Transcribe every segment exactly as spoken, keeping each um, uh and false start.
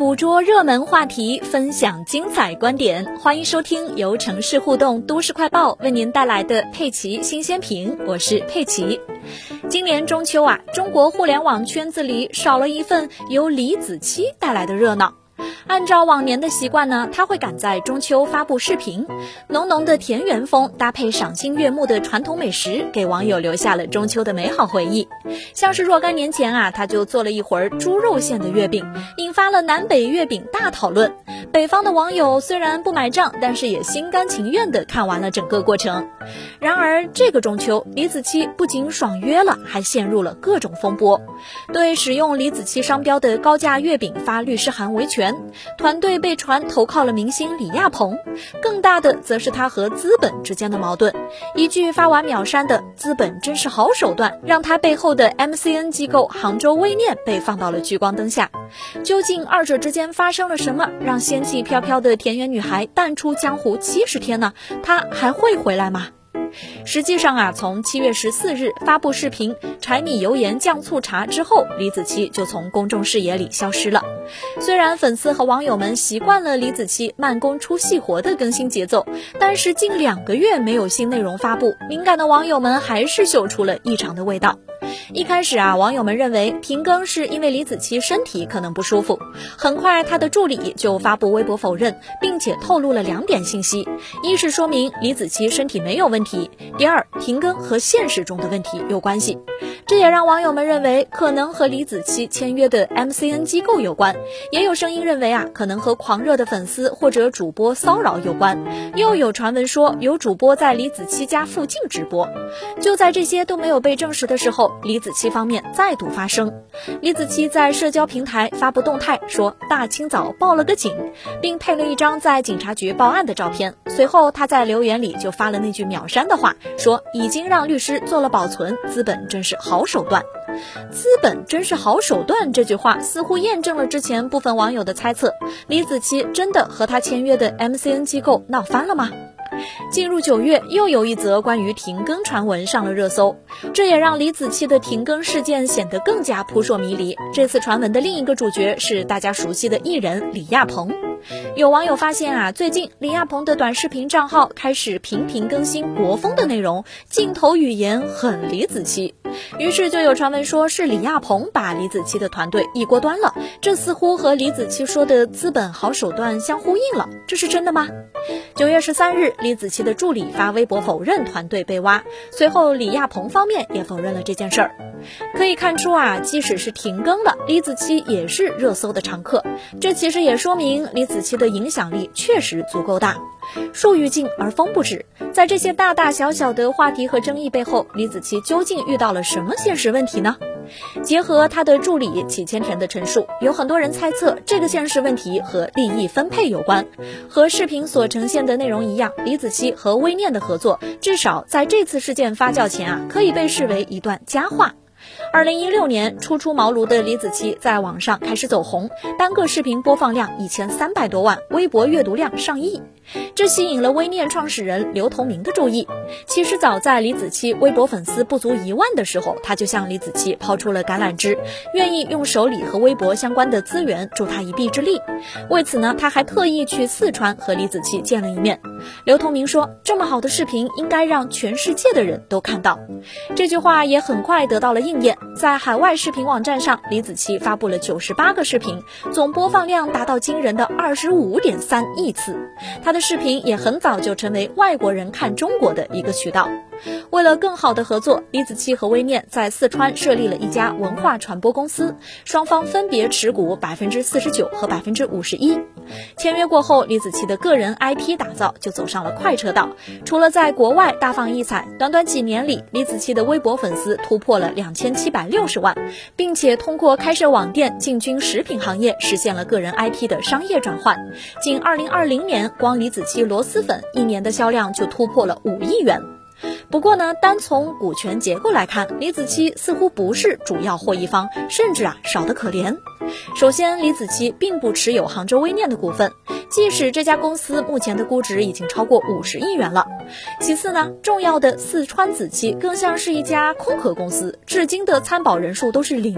捕捉热门话题，分享精彩观点，欢迎收听由城市互动都市快报为您带来的佩奇新鲜评，我是佩奇。今年中秋啊，中国互联网圈子里少了一份由李子柒带来的热闹。按照往年的习惯呢，他会赶在中秋发布视频，浓浓的田园风搭配赏心悦目的传统美食，给网友留下了中秋的美好回忆。像是若干年前啊，他就做了一会儿猪肉馅的月饼，引发了南北月饼大讨论。北方的网友虽然不买账，但是也心甘情愿地看完了整个过程。然而这个中秋，李子柒不仅爽约了，还陷入了各种风波，对使用李子柒商标的高价月饼发律师函维权，团队被传投靠了明星李亚鹏，更大的则是他和资本之间的矛盾。一句发完秒删的资本真是好手段，让他背后的 M C N 机构杭州微念被放到了聚光灯下。究竟二者之间发生了什么，让仙气飘飘的田园女孩淡出江湖七十天呢？她还会回来吗？实际上啊，从七月十四日发布视频柴米油盐酱醋茶之后，李子柒就从公众视野里消失了。虽然粉丝和网友们习惯了李子柒慢工出细活的更新节奏，但是近两个月没有新内容发布，敏感的网友们还是嗅出了异常的味道。一开始啊，网友们认为停更是因为李子柒身体可能不舒服，很快他的助理就发布微博否认，并且透露了两点信息：一是说明李子柒身体没有问题，第二，停更和现实中的问题有关系。这也让网友们认为可能和李子柒签约的 M C N 机构有关，也有声音认为啊，可能和狂热的粉丝或者主播骚扰有关，又有传闻说有主播在李子柒家附近直播。就在这些都没有被证实的时候，李子柒方面再度发声。李子柒在社交平台发布动态说大清早报了个警，并配了一张在警察局报案的照片。随后他在留言里就发了那句秒删的话，说已经让律师做了保存，资本真是好手段。资本真是好手段这句话似乎验证了之前部分网友的猜测，李子柒真的和他签约的 M C N 机构闹翻了吗？进入九月，又有一则关于停更传闻上了热搜，这也让李子柒的停更事件显得更加扑朔迷离。这次传闻的另一个主角是大家熟悉的艺人李亚鹏。有网友发现啊，最近李亚鹏的短视频账号开始频频更新国风的内容，镜头语言很李子柒。于是就有传闻说是李亚鹏把李子柒的团队一锅端了，这似乎和李子柒说的资本好手段相呼应了，这是真的吗？九月十三日，李子柒的助理发微博否认团队被挖，随后李亚鹏方面也否认了这件事儿。可以看出啊，即使是停更了，李子柒也是热搜的常客，这其实也说明李子柒的影响力确实足够大。树欲静而风不止，在这些大大小小的话题和争议背后，李子柒究竟遇到了什么现实问题呢？结合他的助理祁千田的陈述，有很多人猜测这个现实问题和利益分配有关。和视频所呈现的内容一样，李子柒和微念的合作至少在这次事件发酵前啊，可以被视为一段佳话。二零一六年初出茅庐的李子柒在网上开始走红，单个视频播放量一千三百多万，微博阅读量上亿，这吸引了微念创始人刘同明的注意。其实早在李子柒微博粉丝不足一万的时候，他就向李子柒抛出了橄榄枝，愿意用手里和微博相关的资源助他一臂之力。为此呢，他还特意去四川和李子柒见了一面。刘同明说，这么好的视频应该让全世界的人都看到。这句话也很快得到了应验，在海外视频网站上，李子柒发布了九十八个视频，总播放量达到惊人的 二十五点三亿次。他的视频也很早就成为外国人看中国的一个渠道。为了更好的合作，李子柒和微念在四川设立了一家文化传播公司，双方分别持股 百分之四十九 和 百分之五十一。签约过后，李子柒的个人 I P 打造就走上了快车道。除了在国外大放异彩，短短几年里，李子柒的微博粉丝突破了两千七百六十万，并且通过开设网店进军食品行业，实现了个人 I P 的商业转换。仅二零二零年，光李子柒螺蛳粉一年的销量就突破了五亿元。不过呢，单从股权结构来看，李子柒似乎不是主要获益方，甚至啊少得可怜。首先，李子柒并不持有杭州微念的股份，即使这家公司目前的估值已经超过五十亿元了。其次呢，重要的四川子柒更像是一家空壳公司，至今的参保人数都是零。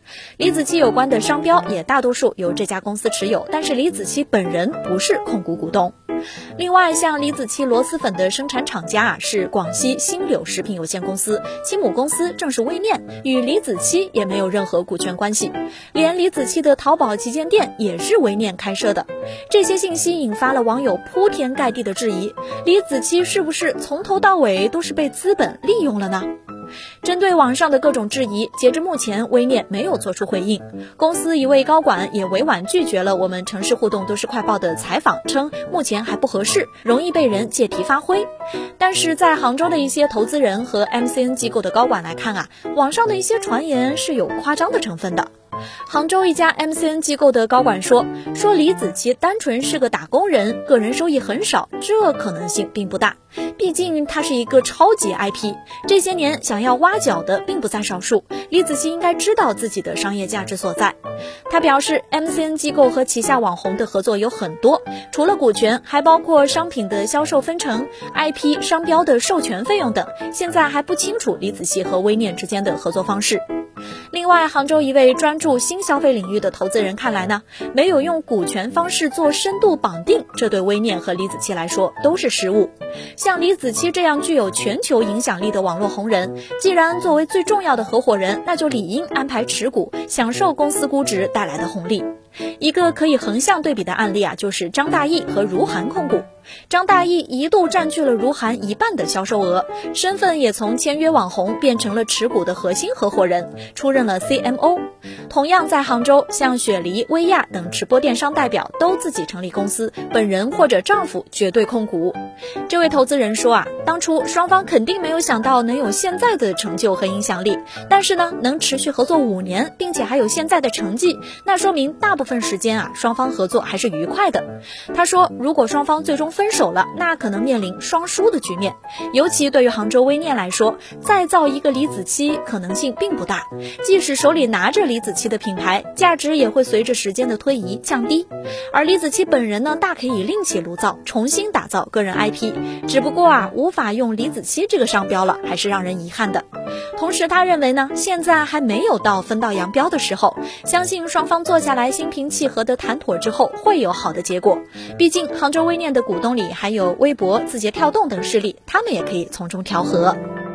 李子柒有关的商标也大多数由这家公司持有，但是李子柒本人不是控股股东。另外，像李子柒螺蛳粉的生产厂家啊是广西新柳食品有限公司，其母公司正是微念，与李子柒也没有任何股权关系。连李子柒的淘宝旗舰店也是微念开设的。这些信息引发了网友铺天盖地的质疑，李子柒是不是从头到尾都是被资本利用了呢？针对网上的各种质疑，截至目前微念没有做出回应。公司一位高管也委婉拒绝了我们城市互动都市快报的采访，称目前还不合适，容易被人借题发挥。但是在杭州的一些投资人和 M C N 机构的高管来看啊，网上的一些传言是有夸张的成分的。杭州一家 M C N 机构的高管说，说李子柒单纯是个打工人，个人收益很少，这可能性并不大。毕竟他是一个超级 I P， 这些年想要挖角的并不在少数，李子柒应该知道自己的商业价值所在。他表示 M C N 机构和旗下网红的合作有很多，除了股权，还包括商品的销售分成、I P 商标的授权费用等，现在还不清楚李子柒和微念之间的合作方式。另外，杭州一位专注新消费领域的投资人看来呢，没有用股权方式做深度绑定，这对微念和李子柒来说都是失误。像李子柒这样具有全球影响力的网络红人，既然作为最重要的合伙人，那就理应安排持股，享受公司估值带来的红利。一个可以横向对比的案例啊，就是张大奕和如涵控股。张大奕一度占据了如涵一半的销售额，身份也从签约网红变成了持股的核心合伙人，出任了 C M O。 同样在杭州，像雪梨、薇娅等直播电商代表都自己成立公司，本人或者丈夫绝对控股。这位投资人说啊，当初双方肯定没有想到能有现在的成就和影响力，但是呢，能持续合作五年，并且还有现在的成绩，那说明大部分时间啊，双方合作还是愉快的。他说，如果双方最终分手了，那可能面临双输的局面。尤其对于杭州微念来说，再造一个李子柒可能性并不大，即使手里拿着李子柒的品牌，价值也会随着时间的推移降低。而李子柒本人呢，大可以另起炉灶，重新打造个人 I P， 只不过啊，无法用李子柒这个商标了，还是让人遗憾的。同时他认为呢，现在还没有到分道扬镳的时候，相信双方坐下来心平气和的谈妥之后，会有好的结果。毕竟杭州微念的股东里还有微博、字节跳动等势力，他们也可以从中调和。